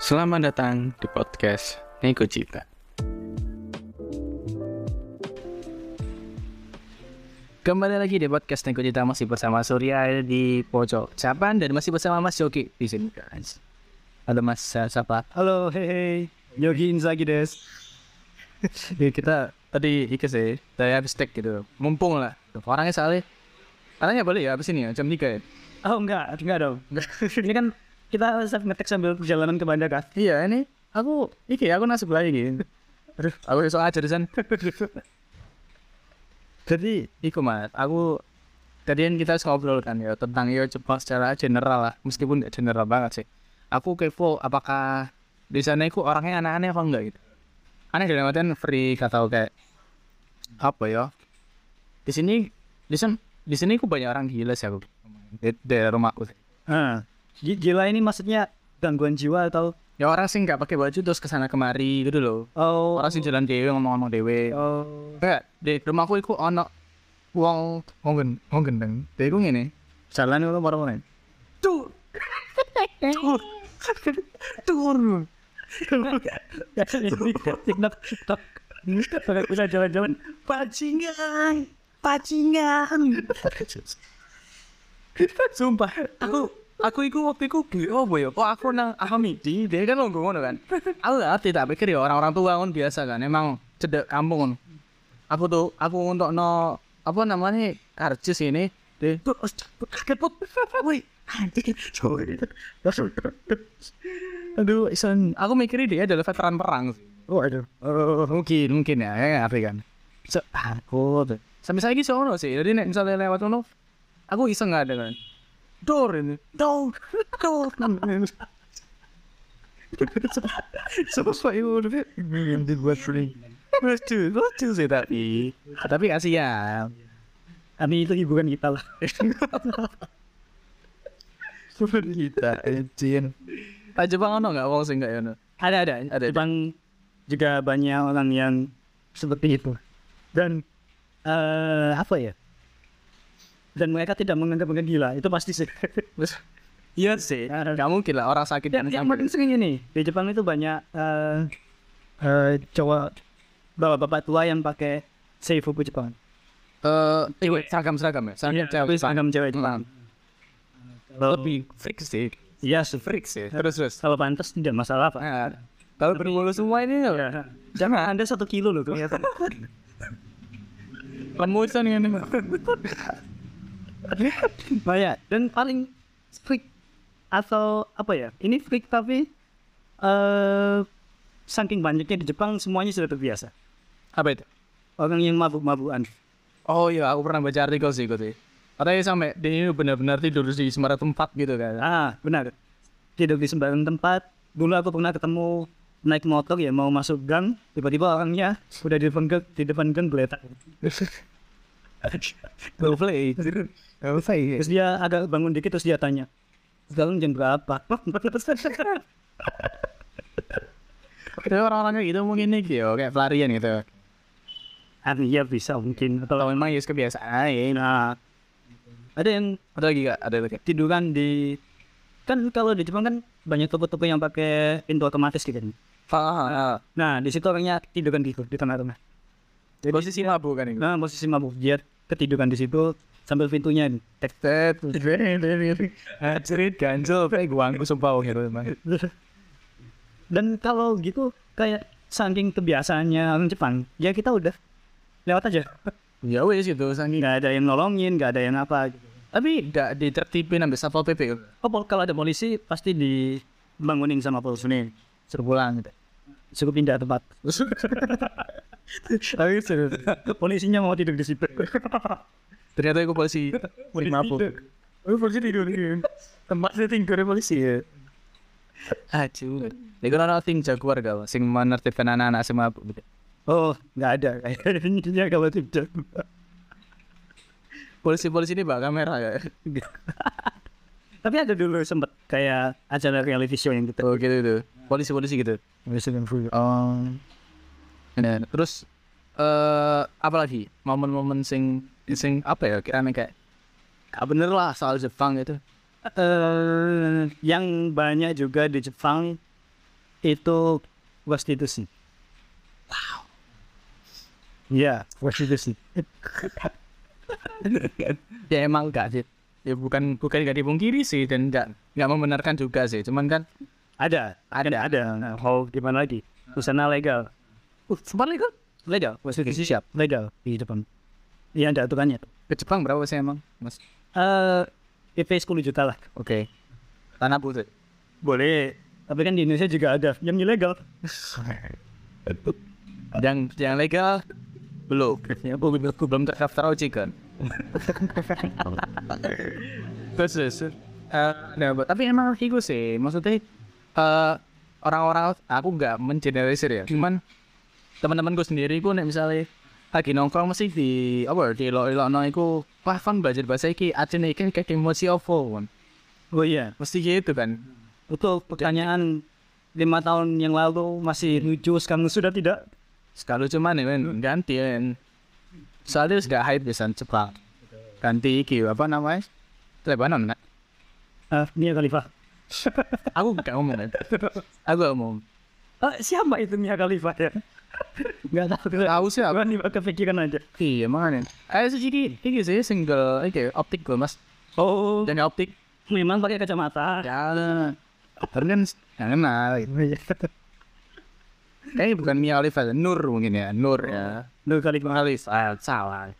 Selamat datang di podcast Neko Cita. Kembali lagi di podcast Neko Cita, masih bersama Surya di pojok Japan dan masih bersama Mas Yogi di sini, guys. Halo Mas, siapa? Halo, hehe, Yogi Inzaghi desu. Kita tadi sih, saya habis tek gitu. Mumpung lah, orangnya Orangnya boleh ya, habis ini ya, jam 3 ya? Oh enggak dong. Ini kan kita ngetek sambil perjalanan ke Bandar kan? Iya, ini aku nasib lagi. Aduh, aku besok aja di sana. Jadi, Mas, aku tadian kita ngobrol kan ya tentang Jepang secara general lah, meskipun tidak general banget sih. Aku kepo apakah di sana itu orangnya aneh-aneh apa enggak gitu. Aneh dalam artian freak atau kayak apa ya? Di sini aku banyak orang gila sih aku. Di rumahku sih. Gila ini maksudnya gangguan jiwa atau? Ya orang sih nggak pakai baju terus kesana kemari gitu loh. Oh. Orang sih jalan dewe ngomong-ngomong dewe. Oh. Kayak di rumahku itu ono wong gendeng. Dia itu ngene. Jalan itu marah-marah. Tur. TikTok. Bisa jalan-jalan. Pajingan. Sumpah, aku waktu itu aku nang Ahmidi, dia kan ngomong ngono kan. Aku gak ngerti, tak pikir ya orang-orang tua kan biasa kan, emang cedek kampung kan. Aku untuk apa namanya karcis ini, deh, kaget put, woi, aduh, aku mikirin dia adalah veteran perang sih. Oh, aduh. Mungkin ya ngerti kan. Aku tuh, sampai saya gitu sih, jadi nek misalnya lewat ngono, aku iseng nggak ada kan. Door. Sampai itu dibuat free. Lucu sih tapi kasihan. Ini itu hiburan kita lah. Hiburan kita, Jin. Jepang ono nggak wong sing nggak ono? Ada. Jepang juga banyak orang yang seperti itu. Dan apa ya? Dan mereka tidak menganggap gila, itu pasti sih. Iya sih, nggak mungkin lah orang sakit yang paling sering ini di Jepang itu banyak cowok bapak tua yang pakai seifuku Jepang. Seragam ya, seragam cewek Jepang. Lebih freak sih. Iya, freak sih. Terus. Kalau pantas tidak masalah apa. Kalau berbulu semua ini ya. Jangan Anda 1 kilo loh tuh. Lemusan ini. Banyak dan paling freak atau apa ya? Ini freak tapi saking banyaknya di Jepang semuanya sudah terbiasa. Apa itu? Orang yang mabuk-mabukan. Oh iya, aku pernah baca artikel sih itu. Katanya sampai dia ini benar-benar tidur di sembarang tempat gitu kan. Benar. Tidur di sembarang tempat. Dulu aku pernah ketemu naik motor ya mau masuk gang, tiba-tiba orangnya udah di depan gang geletak. Go play. Terus dia agak bangun dikit terus dia tanya, sekarang jam berapa? Itu orang-orangnya gitu mungkin nih kayak pelarian gitu. Iya bisa mungkin atau memang ya kebiasaan. Ada yang lagi tiduran di, kan kalau di Jepang kan banyak toko-toko yang pakai pintu otomatis gitu. Nah di situ orangnya tiduran gitu di tengah-tengah. Jadi posisi mabuk kan itu. Posisi mabuk, dia ketiduran di situ sambil pintunya tek. Cerit ganjel kayak gua sumpah gitu emang. Dan kalau gitu kayak saking kebiasaannya orang Jepang, ya kita udah lewat aja. Ya wes gitu, saking nggak ada yang nolongin, nggak ada yang apa gitu. Tapi nggak ditertipin sampai Satpol PP gitu. Kalau ada polisi pasti dibangunin sama polisi nih, suruh pulang gitu. Suruh pindah tempat. Tapi polisinya mau tidur di situ. Ternyata aku polisi mabuk. Polisi tidur di tempatnya tidur polisi ya. Aduh. Nego ana ting jaguar gak sing menertibkan anak-anak sing mabuk gitu. Oh, nggak ada kayaknya kalau tidak. Polisi ini bawa kamera ya. Tapi ada dulu sempet kayak acara reality show yang gitu. Oh gitu tuh. Polisi gitu. Nah, terus apalagi momen-momen sing apa ya kira-kira kayak gak bener lah soal Jepang gitu. Yang banyak juga di Jepang itu prostitusi. Wow. Iya, prostitusi. Ya emang enggak sih. Ya bukan nggak dipungkiri sih dan nggak membenarkan juga sih. Cuman kan Ada. Nah, mau gimana lagi? Busana legal. sempat legal. Legal. Prostitusi siap. Legal di Jepang. Iya, ada aturannya. Ke Jepang berapa sih emang, Mas? IP 10 juta lah. Oke. Tanah putih. Boleh. Tapi kan di Indonesia juga ada yang ilegal. yang legal belum. Ya, belum terdaftar OJK kan. Terus. Tapi emang itu sih, maksudnya orang-orang aku nggak mengeneralisir ya. Cuman teman-temanku sendiri ku nek misalnya lagi nongkrong mesti di elok-elokno iku wah kan belajar bahasa iki ajene iki kayak emosi opo kan. Oh iya. Mesti gitu kan. Itu pertanyaan 5 tahun yang lalu masih lucu, sekarang sudah tidak. Sekali cuman ya men, ganti kan. Soalnya sudah hype biasa cepat. Ganti iki apa namanya? Lebanon kan? Mia Khalifa. Aku gak ngomong kan. Aku gak ngomong. Siapa itu Mia Khalifa ya? Gak tahu. Tahu sih aku. Gua nih kepikiran aja. Iya makanya. Iki sih single iki optik gue mas. Oh, Dan optik. memang pakai kacamata. Ya. Tapi kan yang kenal gitu. Kayaknya bukan Mia Khalifa, Nur mungkin ya. Nur ya. Nur Khalifa. Salah.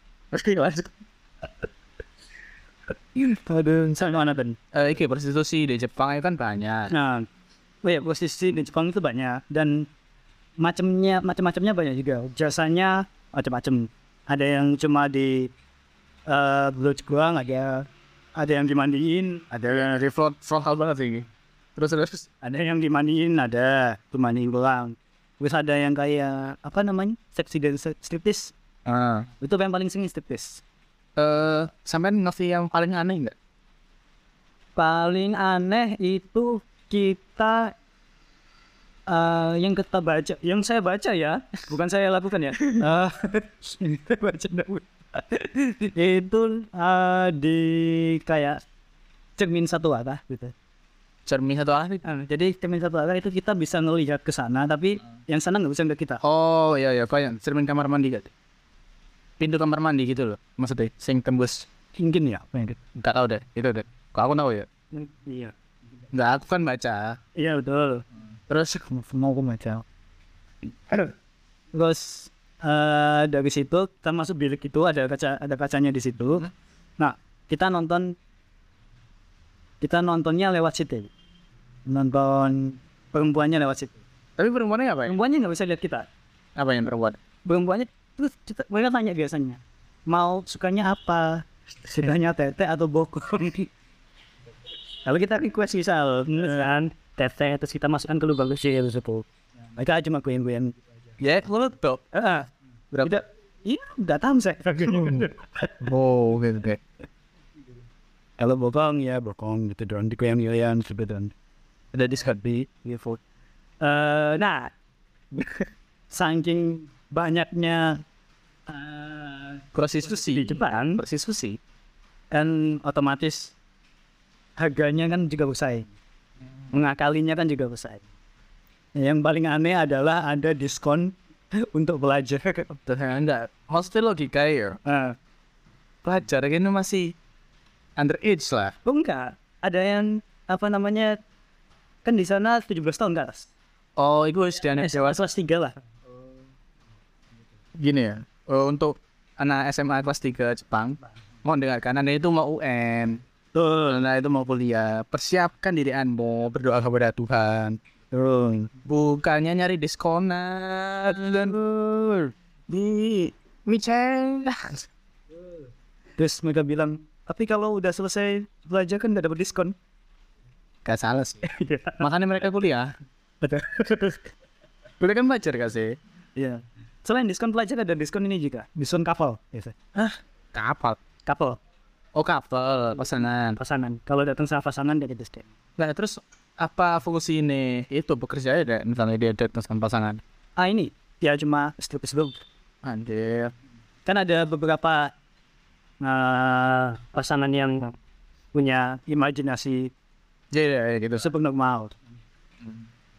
Aduh, sama mana Ben? Iki prostitusi di Jepang itu kan banyak. Nah, posisi di Jepang itu banyak dan macam-macamnya banyak juga. Jasanya macam-macam. Ada yang cuma di blowjob doang, ada yang dimandiin, Ada yang di frontal banget sih. Terus. ada yang dimandiin, ada dimandiin doang. Terus ada yang kayak apa namanya? Seksi dan striptease. Itu yang paling sering striptease. Sampean ngerti yang paling aneh nggak? Paling aneh itu kita yang kita baca, yang saya baca ya, bukan saya lakukan ya. Saya baca itu di kayak cermin satu arah gitu. Cermin satu arah. Jadi cermin satu arah itu kita bisa ngelihat ke sana, tapi yang sana nggak bisa ngeliat kita. Oh iya kayak cermin kamar mandi gak? Pintu kamar mandi gitu loh. Maksudnya sing tembus. Mungkin ya, Enggak tahu deh. Itu deh. Kok aku tahu ya? Iya. Enggak, aku kan baca. Iya betul. Terus Mau aku baca. Terus dari situ kita masuk bilik itu ada kacanya di situ. Nah kita nontonnya lewat situ. Nonton perempuannya lewat situ. tapi perempuannya apa ya? Perempuannya nggak bisa lihat kita. Apa yang perempuan? Perempuannya terus mereka tanya biasanya mau sukanya apa, sukanya tete atau bokong. Kalau kita request misal kan tete terus kita masukkan ke lubang kecil tersebut, mereka cuma goyang-goyang. Ya, lu tuh. Berapa? Iya, nggak tahu saya. Oh, oke. Kalau bokong ya bokong gitu dong, digoyang-goyang sebenarnya. Ada diskon di food. Nah, saking banyaknya Prostitusi di Jepang, prostitusi. kan otomatis harganya kan juga bersaing, mengakalinya kan juga bersaing. Yang paling aneh adalah ada diskon untuk pelajar. Enggak. Maksudnya logika ya. Pelajar ini masih underage lah. Oh enggak, ada yang apa namanya, kan di sana 17 tahun ke atas. Oh, itu sudah anak dewasa. Kelas 3 lah. Gini ya. Untuk anak SMA kelas 3 Jepang, mau dengarkan Anda itu mau UN. Anda itu mau kuliah. Persiapkan diri Anda, berdoa kepada Tuhan. Bukannya nyari diskonan di Miceng. Terus mereka bilang, tapi kalau udah selesai belajar kan nggak dapat diskon. Gak salah sih. Makanya mereka kuliah. Betul. Kuliah kan belajar gak sih? Iya. Selain diskon pelajar ada diskon ini juga, diskon kapal biasa. Kapal. Kapal Oh, kapal pesanan. Kalau datang sama pasangan dia diskon. Nah, terus apa fungsi ini? Itu bekerja ya, misalnya dia datang sama pasangan. Ini ya cuma striptease dulu. Anjir. Kan ada beberapa pasangan yang punya imajinasi Jadi gitu. subnormal.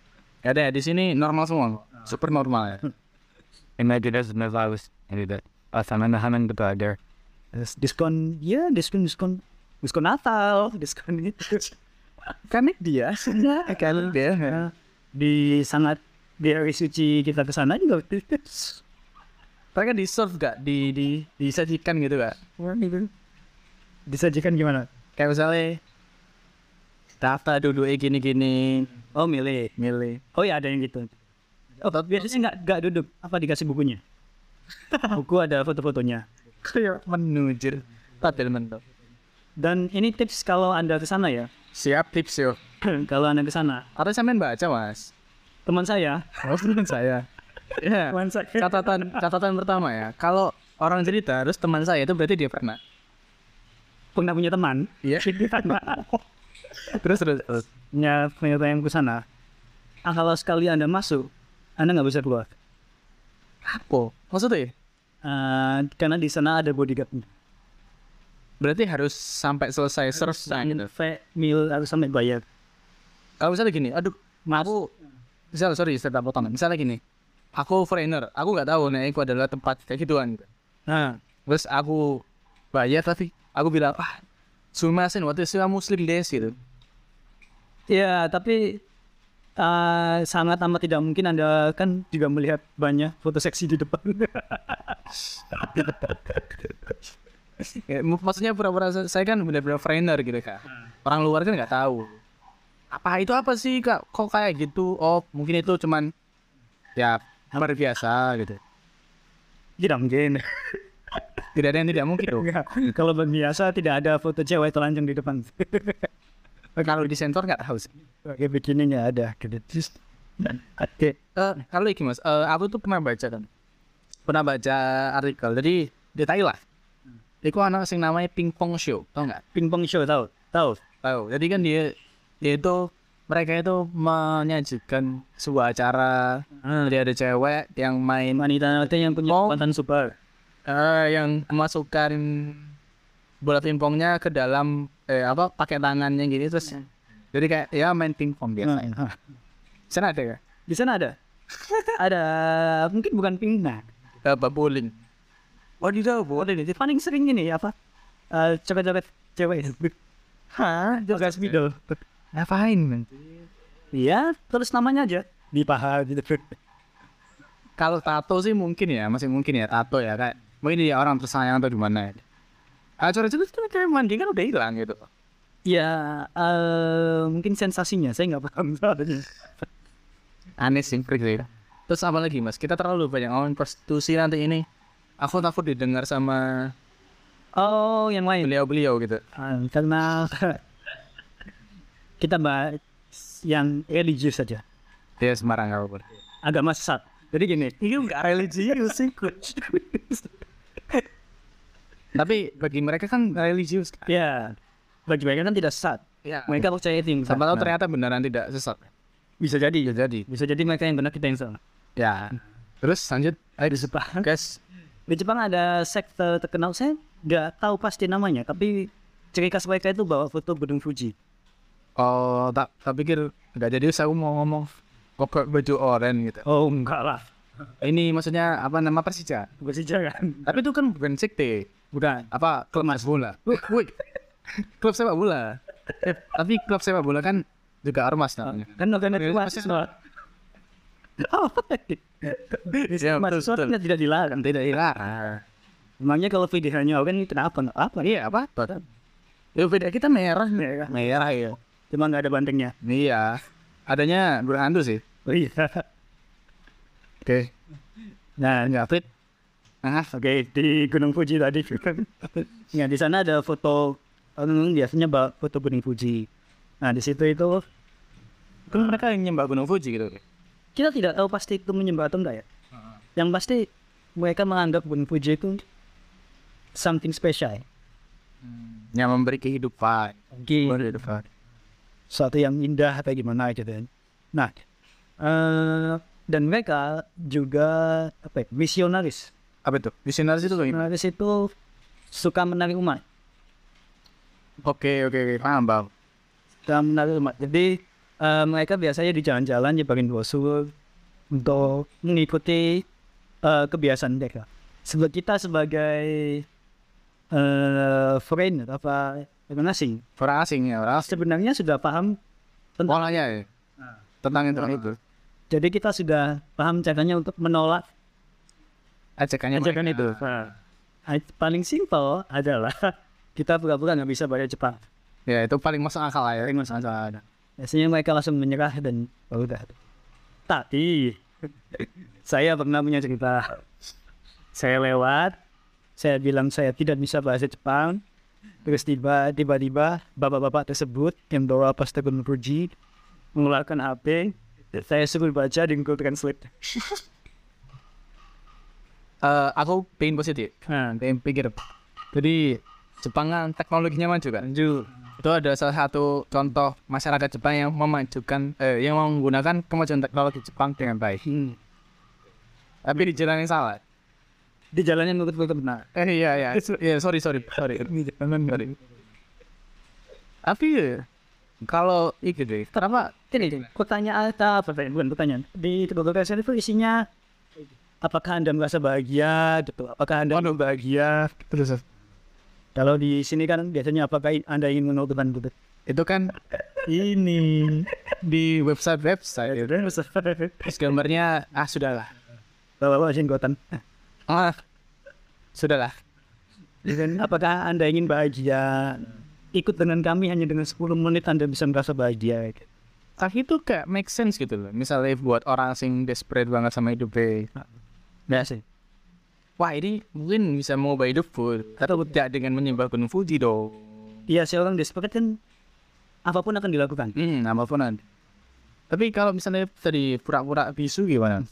Ya deh, di sini normal semua, super normal ya. Imagine there's no virus and that sama nahanan gitu ada. Diskon, ya diskon Natal, diskon itu. Kan dia, kan dia. Di sangat di hari suci kita ke sana juga. Mereka di serve gak, disajikan gitu gak? Disajikan gimana? Kayak misalnya daftar dulu gini-gini, Oh, milih. Oh ya, ada yang gitu. Oh, biasanya nggak duduk. Apa dikasih bukunya? Buku ada foto-fotonya. kayak menuju tatil mentok. Dan ini tips kalau Anda ke sana ya. Siap tips yo. Kalau Anda ke sana, Atau sampean baca mas? teman saya, Teman saya. Ya. teman saya Catatan pertama ya. Kalau orang cerita terus teman saya itu berarti dia pernah. pernah punya teman. Iya. terus. Punya yang ke sana. Kalau sekali Anda masuk, Anda nggak bisa keluar. Apa? Maksudnya? Karena di sana ada bodyguard. Berarti harus sampai selesai serve gitu. Meal harus sampai bayar. Kalau misalnya gini, aduh, aku misalnya potong. Misalnya gini, aku foreigner, aku nggak tahu nih, aku adalah tempat kayak gituan. Nah, Terus aku bayar tapi aku bilang, sumasen waktu itu muslim des gitu. ya tapi sangat amat tidak mungkin Anda kan juga melihat banyak foto seksi di depan. Ya, maksudnya pura-pura saya kan benar-benar foreigner gitu kak. Orang luar kan nggak tahu. Apa sih kak? Kok kayak gitu? Oh mungkin itu cuman ya hampir biasa gitu. Tidak mungkin. Tidak ada yang tidak mungkin tuh. Kalau biasa tidak ada foto cewek telanjang di depan. Kalau di sensor nggak tahu sih. Kayak begininya ada. Oke. Kalau iki mas, aku tuh pernah baca artikel. Jadi di Thailand, itu anak sing namanya pingpong show, tau nggak? Pingpong show tahu? Tahu. Jadi kan dia itu mereka itu menyajikan sebuah acara. Dia ada cewek yang main Wanita yang punya kekuatan super. yang memasukkan bola pingpongnya ke dalam pakai tangannya gini terus. Jadi kayak ya main pingpong biasa. Sana ada ya? Di sana ada. Ada mungkin bukan pingpong. Bowling. Wadidaw, bowling itu. Paling sering ini apa? Cewek-cewek cewek. Hah? Juga speedo. Ngapain man? Iya, terus namanya aja di paha gitu. Kalau tato sih mungkin ya, masih mungkin ya tato ya kayak mungkin dia orang tersayang atau di mana ya. Coret-coret itu kayak mandi kan udah hilang gitu. Ya, mungkin sensasinya saya nggak paham soalnya. Aneh sih, gitu. Terus apa lagi mas? Kita terlalu banyak ngomongin prostitusi nanti ini. Aku takut didengar sama Oh, yang lain. beliau-beliau gitu. Karena kita bahas yang religius saja. Dia Semarang nggak apa-apa. Agama sesat. Jadi gini. Ini nggak religius sih, coach. Tapi bagi mereka kan religius. Ya, bagi mereka kan tidak sesat. Ya. Mereka percaya itu yang Sama tahu benar. ternyata beneran tidak sesat. Bisa jadi. Bisa jadi. Mereka yang benar, kita yang salah. Ya. Terus lanjut. Di Jepang. Guys. Di Jepang ada sekte terkenal, saya nggak tahu pasti namanya, tapi ciri khas mereka itu bawa foto Gunung Fuji. Oh, tak pikir nggak jadi. Saya mau ngomong kok baju oranye gitu. Oh, enggak lah. Ini maksudnya apa nama Persija? Persija kan? Tapi itu kan bukan sekte. Bukan. Apa klub sepak bola? Woi. Klub sepak bola. Tapi klub sepak bola kan juga ormas namanya. Kan organisasi mahasiswa. Ya, Mahasiswa betul. kan tidak dilarang. Tidak hilang. Emangnya kalau videonya kan kenapa? Nggak apa? Iya apa? Ya beda kita merah. Merah ya. Cuma nggak ada bantengnya. Iya. Adanya berhantu sih. Oh iya. Oke. Nah, Nggak fit. oke, di Gunung Fuji tadi. Ya, di sana ada foto, biasanya foto Gunung Fuji. Nah, di situ itu Kan mereka yang nyembah Gunung Fuji gitu. kita tidak tahu pasti itu menyembah atau enggak ya. Yang pasti mereka menganggap Gunung Fuji itu something special. Yang memberi kehidupan. Kehidupan. Suatu yang indah atau gimana gitu kan. Nah, dan mereka juga misionaris. Apa itu? Visionaris itu kayak gimana? Misionaris itu suka menarik umat. Oke. Paham bang. Suka menarik umat. Jadi Mereka biasanya di jalan-jalan nyebarin brosur untuk mengikuti kebiasaan mereka. Kita sebagai foreigner apa orang asing Orang asing ya, orang asing. sebenarnya sudah paham tentang Polanya ya. Tentang itu. jadi kita sudah paham caranya untuk menolak Ajakannya ajakan mereka. itu. Paling simpel adalah kita pura-pura nggak bisa bahasa Jepang. Ya itu paling masuk akal ya. Paling masuk akal. Biasanya mereka langsung menyerah dan udah. Tapi saya pernah punya cerita. Saya lewat, saya bilang saya tidak bisa bahasa Jepang. Terus tiba-tiba bapak-bapak tersebut yang bawa pasta Gunpurji mengeluarkan HP. Saya suruh baca di Google Translate. Aku pengen positif. Pengen pikir. Jadi Jepang kan teknologinya maju kan. Itu ada salah satu contoh masyarakat Jepang yang memajukan, yang menggunakan kemajuan teknologi Jepang dengan baik. Tapi di jalan yang salah. Di jalannya menurut benar. Iya, sorry. Tapi kalau itu deh, kenapa Ini pertanyaan bukan pertanyaan. Di Google Translate itu isinya apakah Anda merasa bahagia gitu. Apakah Anda bahagia? terus Kalau di sini kan biasanya apakah Anda ingin menentukan gitu. itu kan ini di website terus gambarnya sudahlah. Bawa jenggotan. Sudahlah. Dan apakah Anda ingin bahagia? Ikut dengan kami hanya dengan 10 menit Anda bisa merasa bahagia. Tapi itu kayak make sense gitu loh. Misalnya buat orang asing desperate banget sama hidupnya. Nggak sih. Wah ini mungkin bisa mengubah hidup full. Atau tidak dengan menyembah Gunung Fuji dong. Iya, seorang desperate kan apapun akan dilakukan. Apapun nanti. Tapi kalau misalnya tadi pura-pura bisu gimana?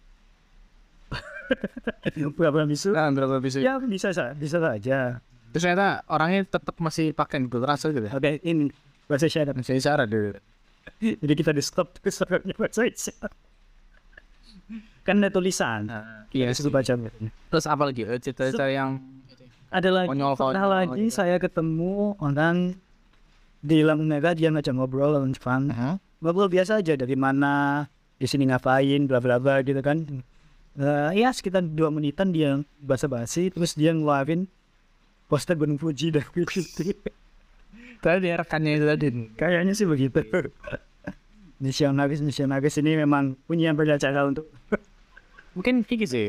Berapa bisu? Pura-pura bisu. Ya bisa saja. Terus ternyata orangnya tetap masih pakai Google Translate gitu. Oke, ini bahasa isyarat. Saya isyarat dulu. Jadi kita di stop terus orangnya bahasa isyarat. Kan ada tulisan. Iya, Suruh baca. Terus apa lagi? Cerita-cerita yang Ada lagi, pernah lagi saya ketemu orang di lampu merah, dia ngajak ngobrol orang Jepang. Ngobrol biasa aja, dari mana, di sini ngapain, bla bla bla gitu kan. Ya sekitar 2 menitan dia basa-basi, terus dia ngeluarin poster Gunung Fuji dan gitu. tadi rekannya itu tadi. Kayaknya sih begitu. Misionaris ini memang punya banyak cara untuk Mungkin gitu sih.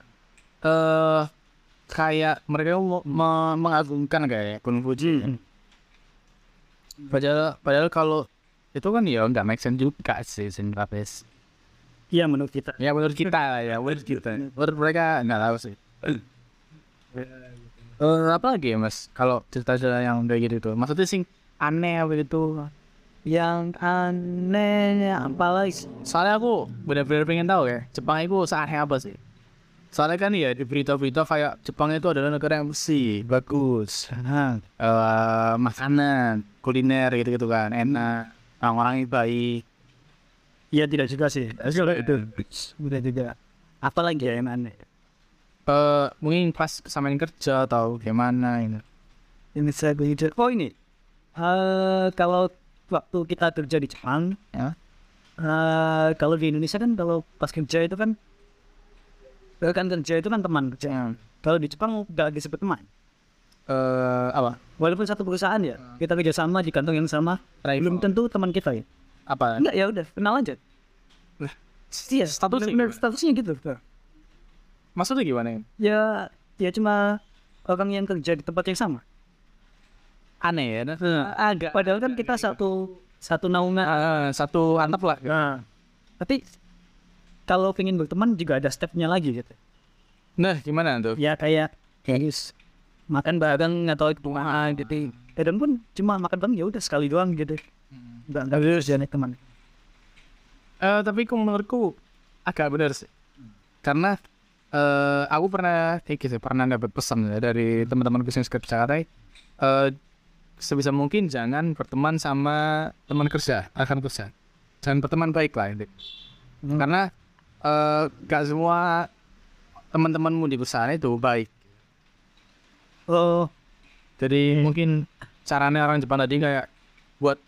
Kayak mereka mengagungkan kayak Gunung Fuji. Padahal kalau itu kan ya nggak make sense juga sih sebenarnya. iya menurut kita. Ya menurut kita lah ya, menurut kita. Menurut mereka nggak tahu sih. Apa lagi ya mas? Kalau cerita-cerita yang kayak gitu tuh, maksudnya sing aneh apa gitu? Yang anehnya apa lagi? Soalnya aku benar-benar pengen tahu ya, Jepang itu seaneh apa sih? Soalnya kan ya di berita-berita kayak Jepang itu adalah negara yang bersih, bagus, makanan, kuliner gitu-gitu kan, enak, orang-orangnya baik. Iya tidak juga sih. Kalau itu udah juga. Apa lagi ya yang aneh? Mungkin pas samain kerja atau gimana ini. Ini saya belajar. Oh ini. Kalau waktu kita kerja di Jepang, Ya. Kalau di Indonesia kan kalau pas kerja itu kan rekan kerja itu kan teman kerja. Kalau di Jepang nggak disebut teman. Apa? Walaupun satu perusahaan ya, kita kerjasama di kantor yang sama, belum tentu teman kita ya. Apa? Enggak, ya udah kenal aja. Iya, statusnya gitu. Maksudnya gimana ya? Ya cuma orang yang kerja di tempat yang sama. Aneh ya? Agak. Padahal kan kita satu naungan. Satu antep lah. Tapi kalau pengen berteman juga ada stepnya lagi gitu. Nah, gimana tuh? Ya kayak makan bareng atau kemana gitu. Kadang pun cuma makan bareng ya udah sekali doang gitu. Enggak harus jadi teman. Tapi menurutku agak benar sih. Karena aku pernah pernah dapat pesan ya, dari teman-temanku yang kerja katanya, sebisa mungkin jangan berteman sama teman kerja, rekan kerja. Jangan berteman baik lah ini. Karena gak semua teman-temanmu di perusahaan itu baik. Oh, Jadi mungkin caranya orang Jepang tadi kayak buat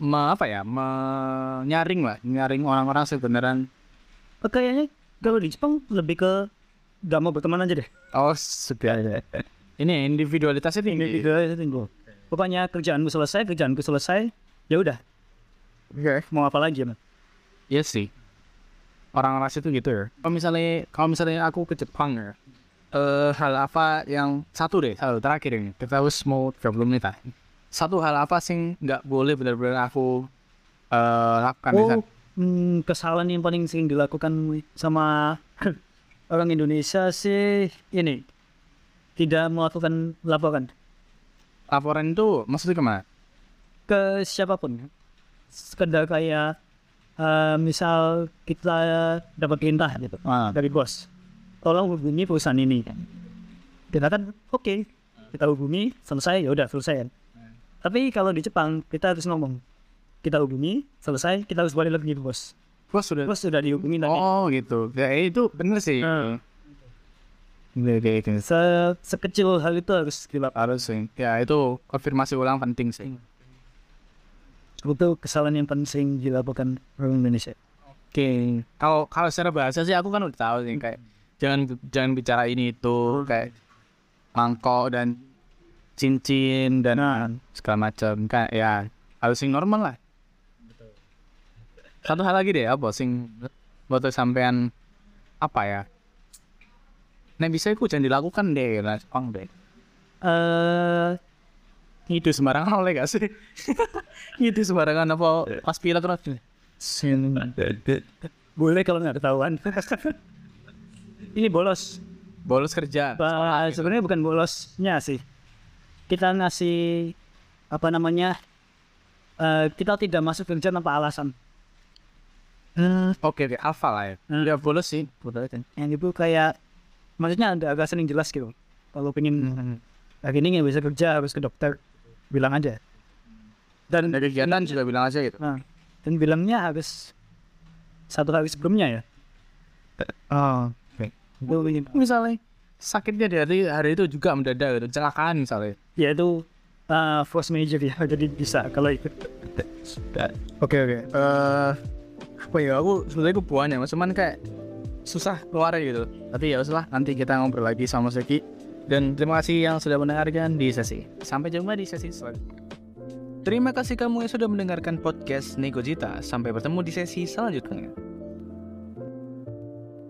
nyaring orang-orang sebenarnya. Kayaknya kalau di Jepang lebih ke gak mau berteman aja deh. Oh, sudah. Ini individualitasnya tinggi. Pokoknya kerjaanku selesai, ya udah. Oke. Mau apa lagi, man? Iya sih. Orang ras itu gitu ya. Kalau misalnya aku ke Jepang ya, hal apa yang satu terakhir ini. Kita harus mau 30 menit lah. Satu hal apa sih nggak boleh benar-benar aku lakukan di sana? Kesalahan yang paling sering dilakukan sama orang Indonesia sih ini, tidak melakukan laporan Laporan itu maksudnya kemana? ke siapapun. Sekedar kayak misal kita dapat perintah gitu dari bos, tolong hubungi perusahaan ini. Kita kan oke, kita hubungi, selesai, ya udah selesai kan. Tapi kalau di Jepang kita harus ngomong, kita hubungi, selesai, kita harus balik lagi ke bos. Bos sudah Dihubungi tadi. Oh gitu. Ya itu bener sih. Sekecil hal itu harus dilakukan. Harus sih. Ya itu konfirmasi ulang penting sih. Itu kesalahan yang paling sering dilakukan orang Indonesia. Oke. Kalau secara bahasa sih aku kan udah tahu sih kayak jangan bicara ini itu kayak mangkok dan cincin dan segala macam kayak ya harus sing normal lah. Satu hal lagi deh apa sing buat sampean apa ya? Nek bisa iku jangan dilakukan deh lah, Jepang deh. Itu sembarangan oleh gak sih? Itu sembarangan apa pas pilot terus. Boleh kalau nggak ketahuan. Ini bolos. Bolos kerja. Sebenarnya bukan bolosnya sih. Kita ngasih kita tidak masuk kerja tanpa alasan. Oke, alpha lah ya. Udah bolos sih. Yang itu kayak maksudnya ada alasan yang jelas gitu. Kalau pengen hari ini nggak bisa kerja harus ke dokter, bilang aja. Dan dari kegiatan juga bilang aja gitu. Dan bilangnya harus 1 hari sebelumnya ya. Oke. Misalnya sakitnya di hari itu juga mendadak gitu, kecelakaan misalnya. Ya itu force major ya, jadi bisa kalau itu. Oke. Apa ya, aku sebenarnya aku buahnya, cuman kayak susah keluar gitu. Tapi ya usahlah, nanti kita ngobrol lagi sama Seki. Dan terima kasih yang sudah mendengarkan di sesi. Sampai jumpa di sesi selanjutnya. Terima kasih kamu yang sudah mendengarkan podcast Negojita. Sampai bertemu di sesi selanjutnya.